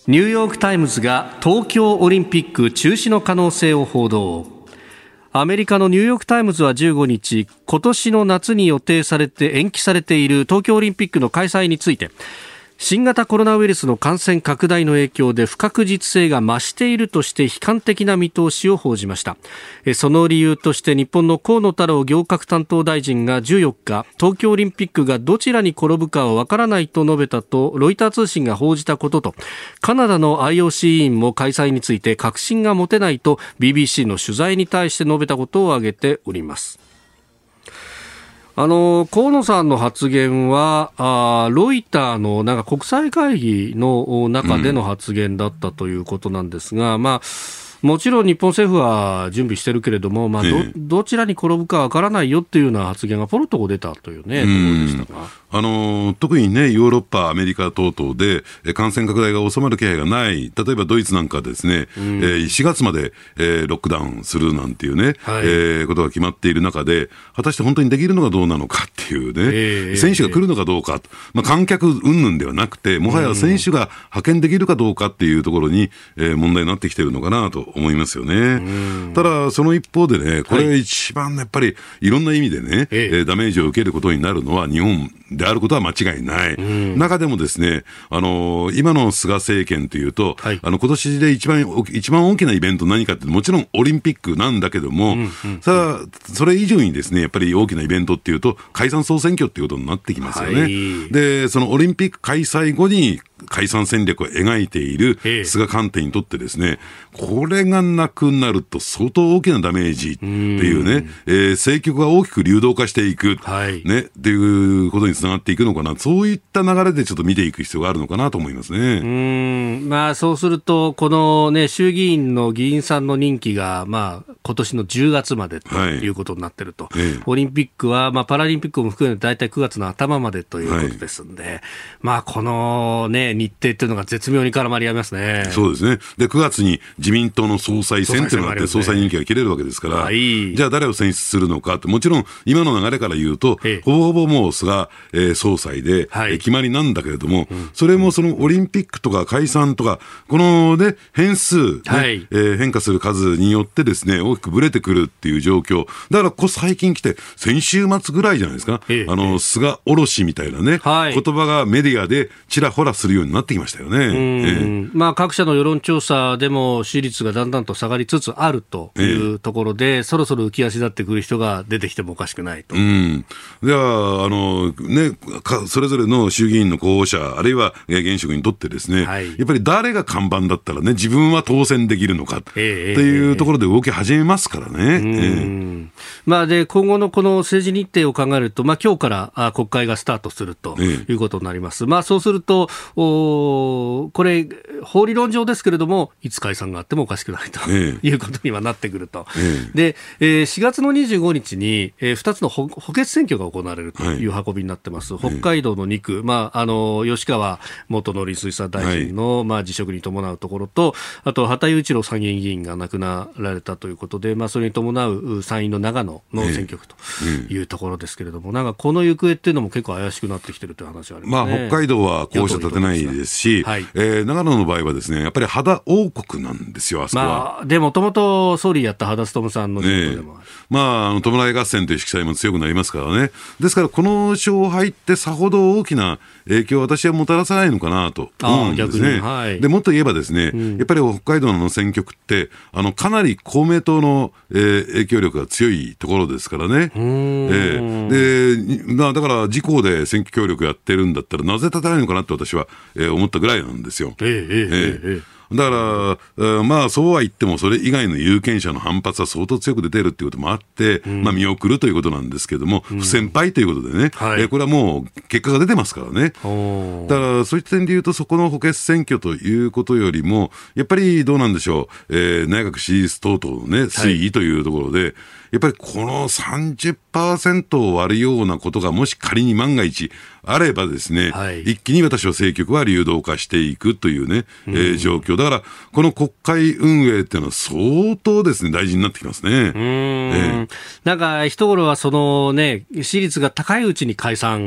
ニューヨークタイムズが東京オリンピック中止の可能性を報道。アメリカのニューヨークタイムズはじゅうごにち、今年の夏に予定されて延期されている東京オリンピックの開催について、新型コロナウイルスの感染拡大の影響で不確実性が増しているとして悲観的な見通しを報じました。その理由として日本の河野太郎行革担当大臣がじゅうよっか、東京オリンピックがどちらに転ぶかはわからないと述べたとロイター通信が報じたことと、カナダの アイオーシー 委員も開催について確信が持てないと ビービーシー の取材に対して述べたことを挙げております。あの河野さんの発言はあロイターのなんか国際会議の中での発言だったということなんですが、うん、まあもちろん日本政府は準備してるけれども、まあ ど, どちらに転ぶかわからないよっていうような発言がポロッと出たという、ね、ところでしたが、 あの特に、ね、ヨーロッパ、アメリカ等々で感染拡大が収まる気配がない、例えばドイツなんかですね、うんえー、しがつまで、えー、ロックダウンするなんていうね、はいえー、ことが決まっている中で、果たして本当にできるのかどうなのかっていうね、えー、選手が来るのかどうか、まあ、観客云々ではなくて、もはや選手が派遣できるかどうかっていうところに、えー、問題になってきているのかなと思いますよね。ただその一方でね、これ一番やっぱりいろんな意味でね、えー、ダメージを受けることになるのは日本であることは間違いない。中でもですね、あのー、今の菅政権というと、はい、あの今年で一番一番大きなイベント何かってもちろんオリンピックなんだけども、うんうんうん、ただそれ以上にですねやっぱり大きなイベントっていうと解散総選挙っていうことになってきますよね。はい、でそのオリンピック開催後に解散戦略を描いている菅官邸にとってですね、これがなくなると相当大きなダメージっていうね、えー、政局が大きく流動化していく、はいね、っていうことにつながっていくのかな、そういった流れでちょっと見ていく必要があるのかなと思いますね。 うーん、まあ、そうするとこの、ね、衆議院の議員さんの任期が、まあ、今年のじゅうがつまでということになっていると、はいええ、オリンピックは、まあ、パラリンピックも含めて大体くがつの頭までということですので、はいまあ、この、ね、日程というのが絶妙に絡まり合いますね。 そうですね。でくがつに自民党の総裁選というのがあって、総裁任期が切れるわけですから、はい、じゃあ誰を選出するのかって、もちろん今の流れから言うとほぼほぼもう菅、えー、総裁で、はい、え決まりなんだけれども、うん、それもそのオリンピックとか解散とかこの、ね、変数、ねはいえー、変化する数によってですね大きくぶれてくるっていう状況だから、ここ最近来て先週末ぐらいじゃないですか、あの菅おろしみたいなね、はい、言葉がメディアでちらほらするようになってきましたよね。うんえーまあ、各社の世論調査でも支持率がだんだんと下がりつつあるというところで、えー、そろそろ浮き足立ってくる人が出てきてもおかしくないと。 うん、ではあの、ね、それぞれの衆議院の候補者あるいは現職にとってですね、はい、やっぱり誰が看板だったらね自分は当選できるのかというところで動き始めますからね。えーえーまあ、で今後のこの政治日程を考えると、まあ、今日からあ国会がスタートするということになります。えーまあ、そうするとおこれ法理論上ですけれどもいつ解散があってもおかしくないと、ええ、いうことにはなってくると、ええでえー、しがつのにじゅうごにちに、えー、ふたつの補欠選挙が行われるという運びになってます。はい、北海道のにく、まあ、あの吉川元農林水産大臣の、はいまあ、辞職に伴うところと、あと畑井一郎参議院議員が亡くなられたということで、まあ、それに伴う参院の長野の選挙区というところですけれども、ええ、なんかこの行方っていうのも結構怪しくなってきてるという話がありますね。 まあ、北海道は候補者立てないですし、はいえー、長野の場合はですねやっぱり肌王国なんですよ、あそこは。 まあ、でもともと総理やった肌勉さんの地元でもある、ねまあ、あの弔い合戦という色彩も強くなりますからね。ですからこの勝敗ってさほど大きな影響を私はもたらさないのかなと思うんですね。はい、でもっと言えばですね、うん、やっぱり北海道の選挙区ってあのかなり公明党の、えー、影響力が強いところですからね。えー、で、まあ、だから自公で選挙協力やってるんだったらなぜ立たないのかなって私は、えー、思ったぐらいなんですよ。えーえーえーえーだから、まあそうは言ってもそれ以外の有権者の反発は相当強く出ているということもあって、うんまあ、見送るということなんですけれども、うん、不戦敗ということでね、はいえー、これはもう結果が出てますからね。だからそういった点で言うとそこの補欠選挙ということよりもやっぱりどうなんでしょう、えー、内閣支持率等々の、ね、推移というところで、はいやっぱりこの さんじゅっパーセント を割るようなことがもし仮に万が一あればですね、はい、一気に私は政局は流動化していくというね、えー、状況だからこの国会運営っていうのは相当ですね大事になってきますね。うーん、 えー、なんか一頃はそのね支持率が高いうちに解散を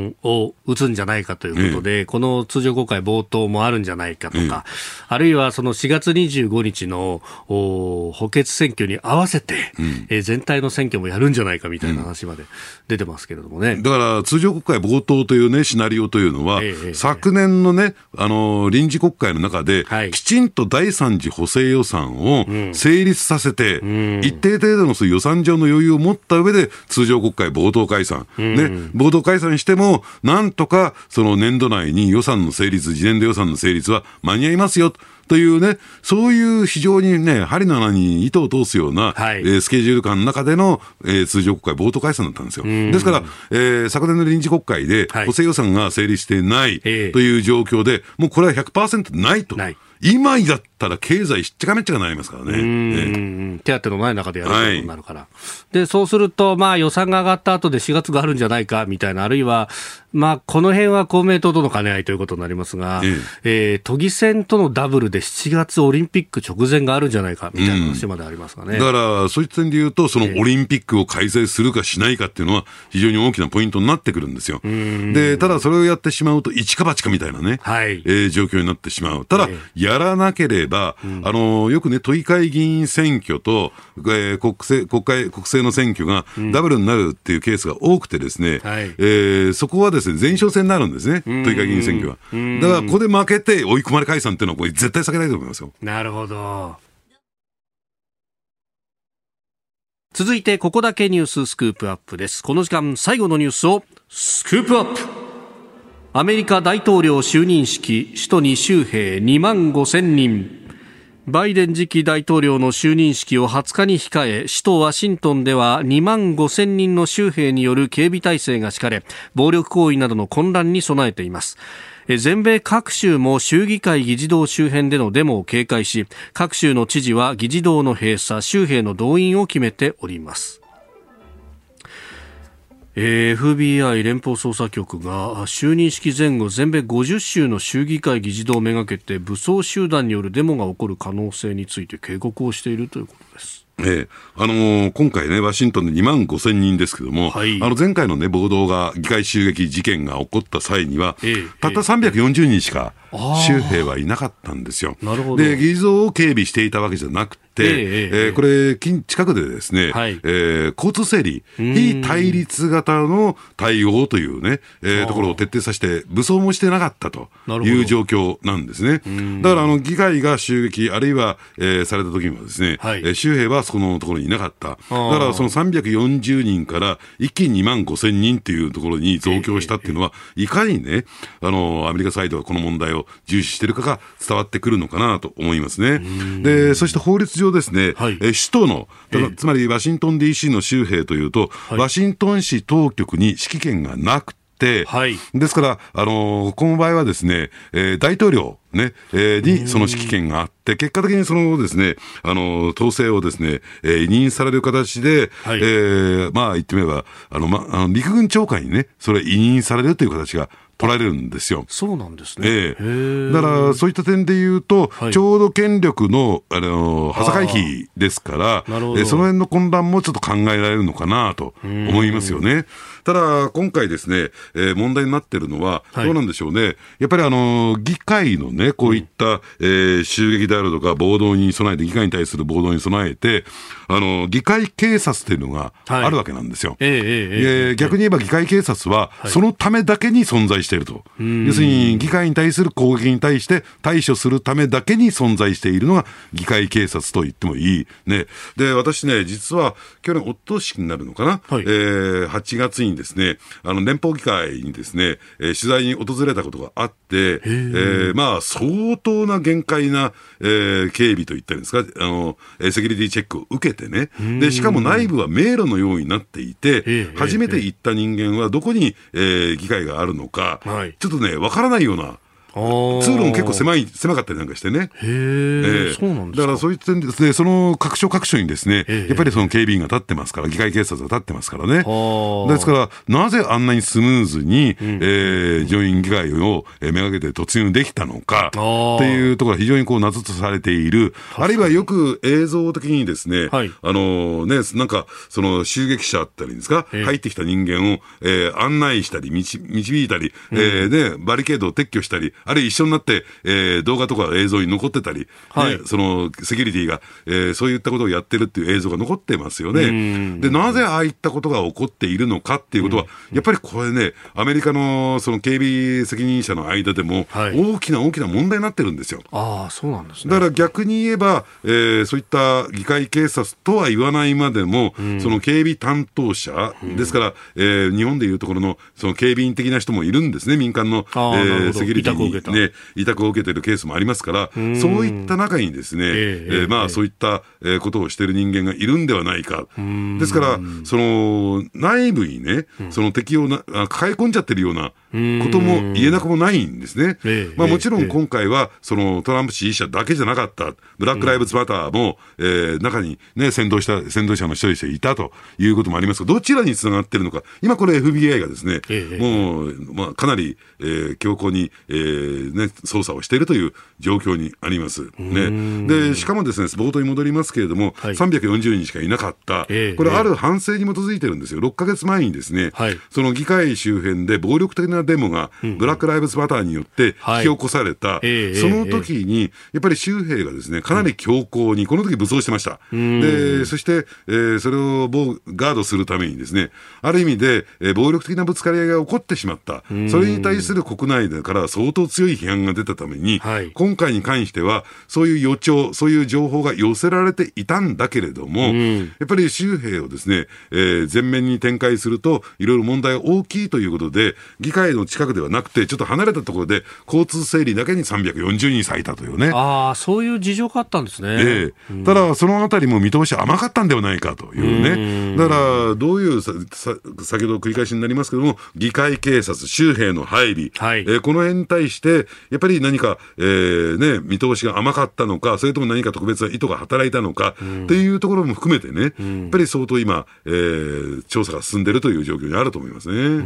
を打つんじゃないかということで、ええ、この通常国会冒頭もあるんじゃないかとか、え、あるいはそのしがつにじゅうごにちの補欠選挙に合わせて、うん、え全体の選挙もやるんじゃないかみたいな話まで出てますけれどもね、うん、 だから通常国会冒頭という、ね、シナリオというのは、ええ、昨年の、ね、あの臨時国会の中で、はい、きちんとだいさん次補正予算を成立させて、うん、一定程度のそういう予算上の余裕を持った上で通常国会冒頭解散、うんね、冒頭解散してもなんとかその年度内に予算の成立、次年度予算の成立は間に合いますよというね、そういう非常にね、針の穴に糸を通すような、はい、えー、スケジュール感の中での、えー、通常国会冒頭解散だったんですよ。ですから、えー、昨年の臨時国会で補正予算が成立していないという状況で、はい、もうこれは ひゃくパーセント ないと。ない、今だったら経済しっちゃかめっちゃかなりますからね。うん、 手当のない中でやることになるから、はい、でそうすると、まあ、予算が上がった後でしがつがあるんじゃないかみたいな、あるいは、まあ、この辺は公明党との兼ね合いということになりますが、えええー、都議選とのダブルでしちがつオリンピック直前があるんじゃないかみたいな話までありますかね。 うん、だからそういった点で言うと、そのオリンピックを開催するかしないかっていうのは非常に大きなポイントになってくるんですよ。でただそれをやってしまうと一か八かみたいなね、はい、えー、状況になってしまう。ただ、えー、やらなければ、うん、あのよくね、都議会議員選挙と、えー、国政、国会、国政の選挙がダブルになるっていうケースが多くてですね、うん、はい、えー、そこはですね、前哨戦になるんですね、都議会議員選挙は。だからここで負けて追い込まれ解散っていうのはこれ絶対避けないと思いますよ。 なるほど。続いてここだけニューススクープアップです。この時間最後のニュースをスクープアップ。アメリカ大統領就任式、首都に州兵にまんごせんにん。バイデン次期大統領の就任式をはつかに控え、首都ワシントンではにまんごせんにんの州兵による警備態勢が敷かれ、暴力行為などの混乱に備えています。全米各州も州議会議事堂周辺でのデモを警戒し、各州の知事は議事堂の閉鎖、州兵の動員を決めております。エフビーアイ 連邦捜査局が就任式前後全米ごじゅっ州の州議会議事堂をめがけて武装集団によるデモが起こる可能性について警告をしているということです。 ええ、あのー、今回ね、ワシントンでにまんごせんにんですけども、はい、あの前回のね、暴動が、議会襲撃事件が起こった際には、ええ、たったさんびゃくよんじゅうにんしか州兵はいなかったんですよ。 なるほど。 で、議事堂を警備していたわけじゃなくて、えええー、これ近、近くでですね、はい、えー、交通整理、非対立型の対応というね、えー、ところを徹底させて、武装もしてなかったという状況なんですね。だから、あの、議会が襲撃、あるいは、えー、された時にはですね、はい、えー、州兵はそこのところにいなかった。だから、そのさんびゃくよんじゅうにんから一気ににまんごせんにんっていうところに増強したっていうのは、いかにね、あの、アメリカサイドはこの問題を重視しているかが伝わってくるのかなと思いますね。で、そして法律上ですね、はい、え首都の、つまりワシントン ディーシー の州兵というと、はい、ワシントン市当局に指揮権がなくて、はい、ですから、あのー、この場合はですね、えー、大統領ね、えー、にその指揮権があって、結果的にそのですね、あのー、統制をですね、えー、委任される形で、はい、えー、まあ言ってみれば、あの、ま、あの陸軍長官にね、それ委任されるという形が取られるんですよ。 そうなんですね。 ええ、だからそういった点で言うと、はい、ちょうど権力の、あのー、端境期ですから、えー、その辺の混乱もちょっと考えられるのかなと思いますよね。ただ今回ですね、えー、問題になっているのは、はい、どうなんでしょうね。やっぱりあのー、議会のね、こういった、うん、えー、襲撃であるとか暴動に備えて、議会に対する暴動に備えて、あのー、議会警察というのがあるわけなんですよ。はい、えーえーえー、逆に言えば議会警察は、はい、そのためだけに存在していると。要するに議会に対する攻撃に対して対処するためだけに存在しているのが議会警察と言ってもいい。ね。で、私ね、実は去年、おととしになるのかな、はい、えー、はちがつにですね、あの、連邦議会にですね、えー、取材に訪れたことがあって、えー、まあ、相当な厳戒な、えー、警備といったんですか、あの、セキュリティチェックを受けてね、で、しかも内部は迷路のようになっていて、初めて行った人間はどこに、えー、議会があるのか、はい、ちょっとね、わからないような通路も結構狭い狭かったりなんかしてね。 へー、えー、そうなんですか。 だからそういった点でですね、その各所各所にですね、やっぱりその警備員が立ってますから、議会警察が立ってますからね。ですからなぜあんなにスムーズに、うん、えー、上院議会をめがけて突入できたのかっていうところが非常にこう謎とされている。あるいはよく映像的にですね、はい、あのね、なんかその襲撃者あったりですか、えー、入ってきた人間を、えー、案内したり導いたり、うん、えー、ね、バリケードを撤去したり、あるいは一緒になって、えー、動画とか映像に残ってたり、はい、ね、そのセキュリティが、えー、そういったことをやってるっていう映像が残ってますよね。で、なぜああいったことが起こっているのかっていうことは、うん、やっぱりこれね、アメリカのその警備責任者の間でも大きな大きな問題になってるんですよ。 ああ、そうなんですね。 だから逆に言えば、えー、そういった議会警察とは言わないまでも、うん、その警備担当者、うん、ですから、えー、日本でいうところのその警備員的な人もいるんですね。民間の、えー、セキュリティに、ね、委託を受けているケースもありますから、うそういった中にですね、えーえーまあ、そういった、えー、ことをしている人間がいるんではないか。ですからその内部にね、その敵をな抱え込んじゃってるようなことも言えなくもないんですね。まあ、もちろん今回はそのトランプ支持者だけじゃなかった。ブラックライブズマターも、えー、中にね、先導した先導者の一人としていたということもありますが、どちらにつながっているのか。今これ エフビーアイ がですね、もう、まあ、かなり、えー、強硬に、えーね、捜査をしているという状況にあります。ね、でしかもですね、冒頭に戻りますけれども、はい、さんびゃくよんじゅうにんしかいなかった、えー、これある反省に基づいてるんですよ。ろっかげつまえにですね、はい、その議会周辺で暴力的なデモが、うん、ブラックライブズマターによって引き起こされた、はい、その時にやっぱり州兵がですね、かなり強硬にこの時武装してました。でそして、えー、それをガードするためにですね、ある意味で、えー、暴力的なぶつかり合いが起こってしまった。それに対する国内から相当強い批判が出たために、はい、今回に関してはそういう予兆、そういう情報が寄せられていたんだけれども、やっぱり州兵をですね、えー、前面に展開するといろいろ問題が大きいということで、議会の近くではなくてちょっと離れたところで交通整理だけにさんびゃくよんじゅうにん割いたというね。 ああ、そういう事情があったんですね。えーうん、ただそのあたりも見通し甘かったんではないかというね。だからどういうささ先ほど繰り返しになりますけども、議会警察、州兵の配備、はい、えー、この辺に対してやっぱり何か、えーね、見通しが甘かったのか、それとも何か特別な意図が働いたのかというところも含めてね、うん、やっぱり相当今、えー、調査が進んでいるという状況にあると思いますね。 うん、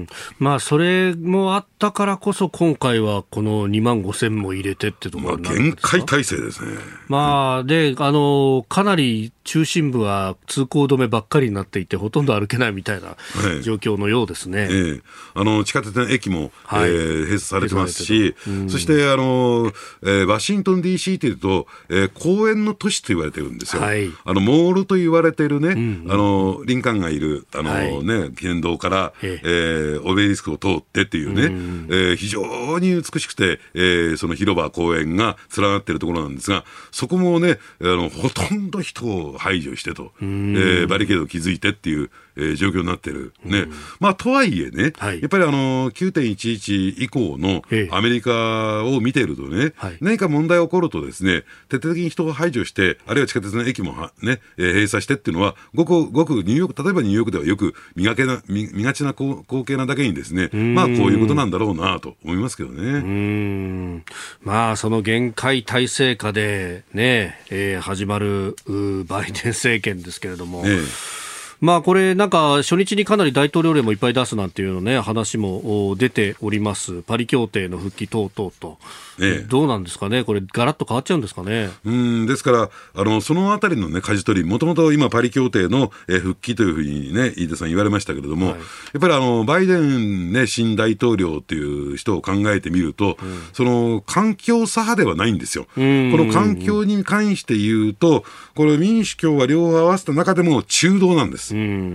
まあ、それもあったからこそ今回はこのにまんごせんも入れてってところになるんですか。 まあ、限界体制ですね。 まあ、で、あのかなり中心部は通行止めばっかりになっていてほとんど歩けないみたいな状況のようですね。 はい、えー、あの地下鉄の駅も、はい、えー、閉鎖されてますし、うん、そしてあの、えー、ワシントン ディーシー というと、えー、公園の都市と言われてるんですよ。はい、あのモールと言われているね、うんうん、あのリンカーンがいるあの、はい、ね、記念堂から、えー、オベリスクを通ってっていうね、うん、えー、非常に美しくて、えー、その広場公園が連なっているところなんですが、そこもね、あのほとんど人を排除してと、えー、バリケードを築いてっていう、えー、状況になっている、ね。まあ、とはいえね、はい、やっぱりあの きゅうてんいちいち 以降のアメリカを見ているとね、はい、何か問題が起こるとですね、徹底的に人を排除して、あるいは地下鉄の駅もね、えー、閉鎖してっていうのは、ごくごくニューヨーク、例えばニューヨークではよく見がけな 見, 見がちな光景なだけにですね、まあこういうことなんだろうなと思いますけどね。うーん、まあその限界体制下でね、えー、始まるバイデン政権ですけれども、ええ、まあこれなんか初日にかなり大統領令もいっぱい出すなんていうのね、話も出ております。パリ協定の復帰等々と、ええ、どうなんですかね、これガラッと変わっちゃうんですかね。 うんですからあのそのあたりのね舵取り、もともと今パリ協定の、えー、復帰というふうにね飯田さん言われましたけれども、はい、やっぱりあのバイデン、ね、新大統領という人を考えてみると、うん、その環境左派ではないんですよ。この環境に関して言うと、この民主共和両方合わせた中でも中道なんです。うん、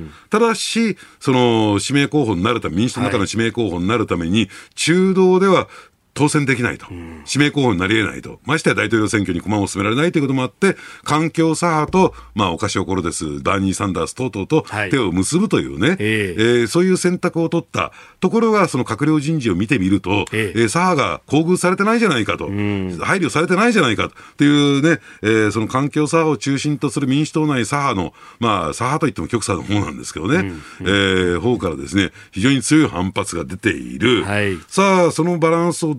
ただしその指名候補になるため、民主党の中の指名候補になるために、はい、中道では当選できないと、うん、指名候補になり得ないと、ましてや大統領選挙に駒を進められないということもあって、環境左派と、まあ、オカシオコロデス、バーニー・サンダース等々と手を結ぶというね、はい、えーえー、そういう選択を取ったところが、その閣僚人事を見てみると、えー、左派が厚遇されてないじゃないかと、うん、配慮されてないじゃないかというね、えー、その環境左派を中心とする民主党内左派の、まあ、左派といっても極左の方なんですけどね、うんうん、えー、方からですね、非常に強い反発が出ている。はい、さあ、そのバランスを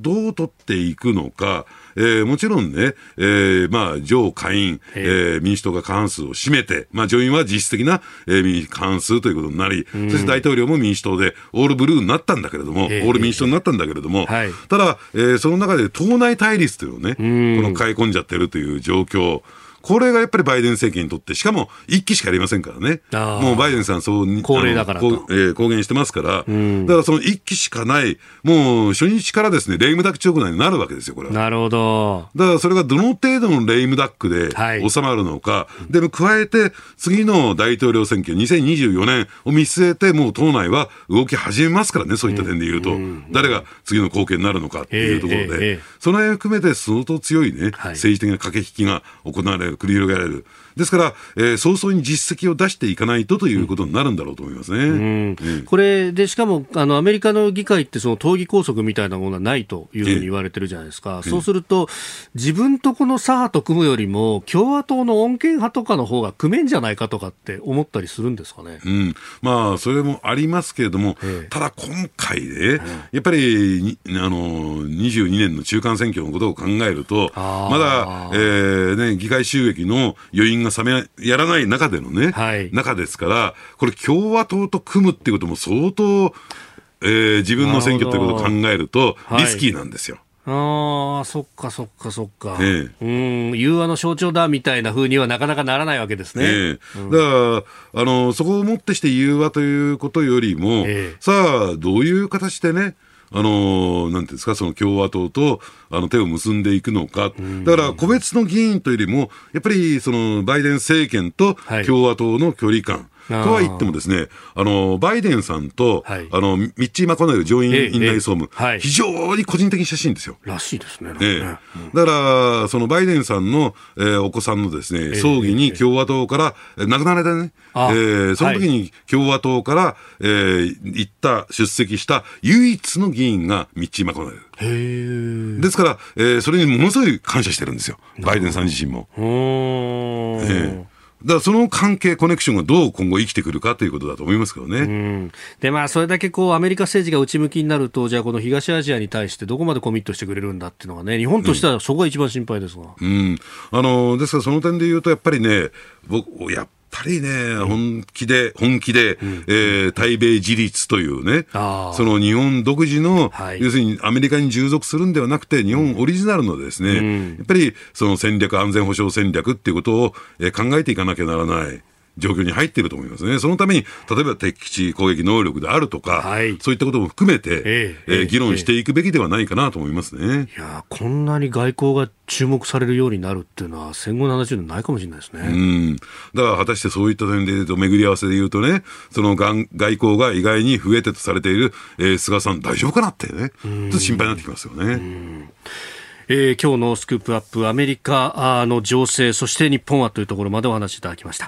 どう取っていくのか、えー、もちろんね、えー、まあ、上下院、えー、民主党が過半数を占めて、まあ、上院は実質的な、えー、過半数ということになり、うん、そして大統領も民主党でオールブルーになったんだけれども、オール民主党になったんだけれども、はい、ただ、えー、その中で党内対立というのをね、この買い込んじゃってるという状況、これがやっぱりバイデン政権にとって、しかも一期しかありませんからね。もうバイデンさんそう高齢だからと、 えー、公言してますから、うん、だからその一期しかない、もう初日からですね、レイムダック直内になるわけですよ、これは。 なるほど。 だからそれがどの程度のレイムダックで収まるのか、はい、でも加えて次の大統領選挙にせんにじゅうよねんを見据えて、もう党内は動き始めますからね、そういった点で言うと、うん、誰が次の後継になるのかっていうところで、えーえーえー、その辺を含めて相当強いね、はい、政治的な駆け引きが行われる、繰り広げられる。ですから、えー、早々に実績を出していかないとということになるんだろうと思いますね。うんうんうん、これで、しかもあのアメリカの議会ってその党議拘束みたいなものはないというふうに言われてるじゃないですか。そうすると、自分とこの左派と組むよりも共和党の穏健派とかの方が組めんじゃないかとかって思ったりするんですかね。 うん、まあそれもありますけれども、ただ今回ね、やっぱりあのにじゅうにねんの中間選挙のことを考えると、まだ、えーね、議会襲撃の余韻が冷めやらない中でのね、はい、中ですから、これ共和党と組むっていうことも相当、えー、自分の選挙ということを考えるとリスキーなんですよ。 はい、ああ、そっかそっかそっか、ええ、うん、融和の象徴だみたいな風にはなかなかならないわけですね。 ええ、うん、だからあのそこをもってして融和ということよりも、ええ、さあどういう形でね、あのなんていうんですか、その共和党とあの手を結んでいくのか、だから個別の議員というよりもやっぱりそのバイデン政権と共和党の距離感、はい、とは言ってもですね、あのバイデンさんと、はい、あのミッチー・マコネル上院院内総務、ええはい、非常に個人的に親しいんですよ。 らしいですね。 ええ、だからそのバイデンさんの、えー、お子さんのですね、葬儀に共和党から、えー、亡くなられたね、えー、その時に共和党から、はい、えー、行った出席した唯一の議員がミッチー・マコネル。へー。ですから、えー、それにものすごい感謝してるんですよ、バイデンさん自身も。えーだからその関係、コネクションがどう今後生きてくるかということだと思いますけどね。うん、 で、まあ、それだけこうアメリカ政治が内向きになると、じゃあこの東アジアに対してどこまでコミットしてくれるんだっていうのがね、日本としてはそこが一番心配ですが、 うんうん、あのですからその点で言うとやっぱりね、僕やっやっぱりね、本気で、本気で、うん、えー、対米自立というね、その日本独自の、はい、要するにアメリカに従属するんではなくて、日本オリジナルのですね、うん、やっぱりその戦略、安全保障戦略っていうことを、えー、考えていかなきゃならない。状況に入っていると思いますね。そのために例えば敵基地攻撃能力であるとか、はい、そういったことも含めて、えーえー、議論していくべきではないかなと思いますね。 いや、こんなに外交が注目されるようになるっていうのは戦後ななじゅうねんないかもしれないですね。 うん、だから果たしてそういった点で言うと、巡り合わせで言うとね、その外交が意外に増えてとされている、えー、菅さん大丈夫かなってね、ちょっと心配になってきますよね。うん、 えー、今日のスクープアップ、アメリカの情勢、そして日本はというところまでお話しいただきました。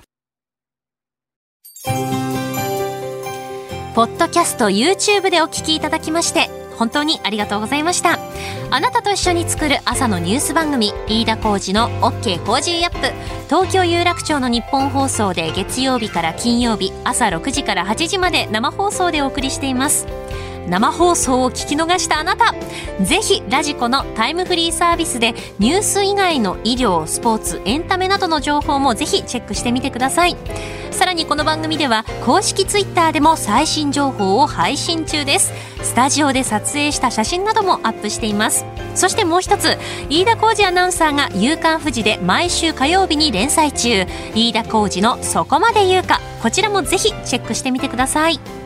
ポッドキャスト YouTube でお聞きいただきまして本当にありがとうございました。あなたと一緒に作る朝のニュース番組、飯田浩司の OK コージーアップ、東京有楽町の日本放送で月曜日から金曜日朝ろくじからはちじまで生放送でお送りしています。生放送を聞き逃したあなた、ぜひラジコのタイムフリーサービスでニュース以外の医療、スポーツ、エンタメなどの情報もぜひチェックしてみてください。さらにこの番組では公式ツイッターでも最新情報を配信中です。スタジオで撮影した写真などもアップしています。そしてもう一つ、飯田浩司アナウンサーが夕刊フジで毎週火曜日に連載中、飯田浩司のそこまで言うか、こちらもぜひチェックしてみてください。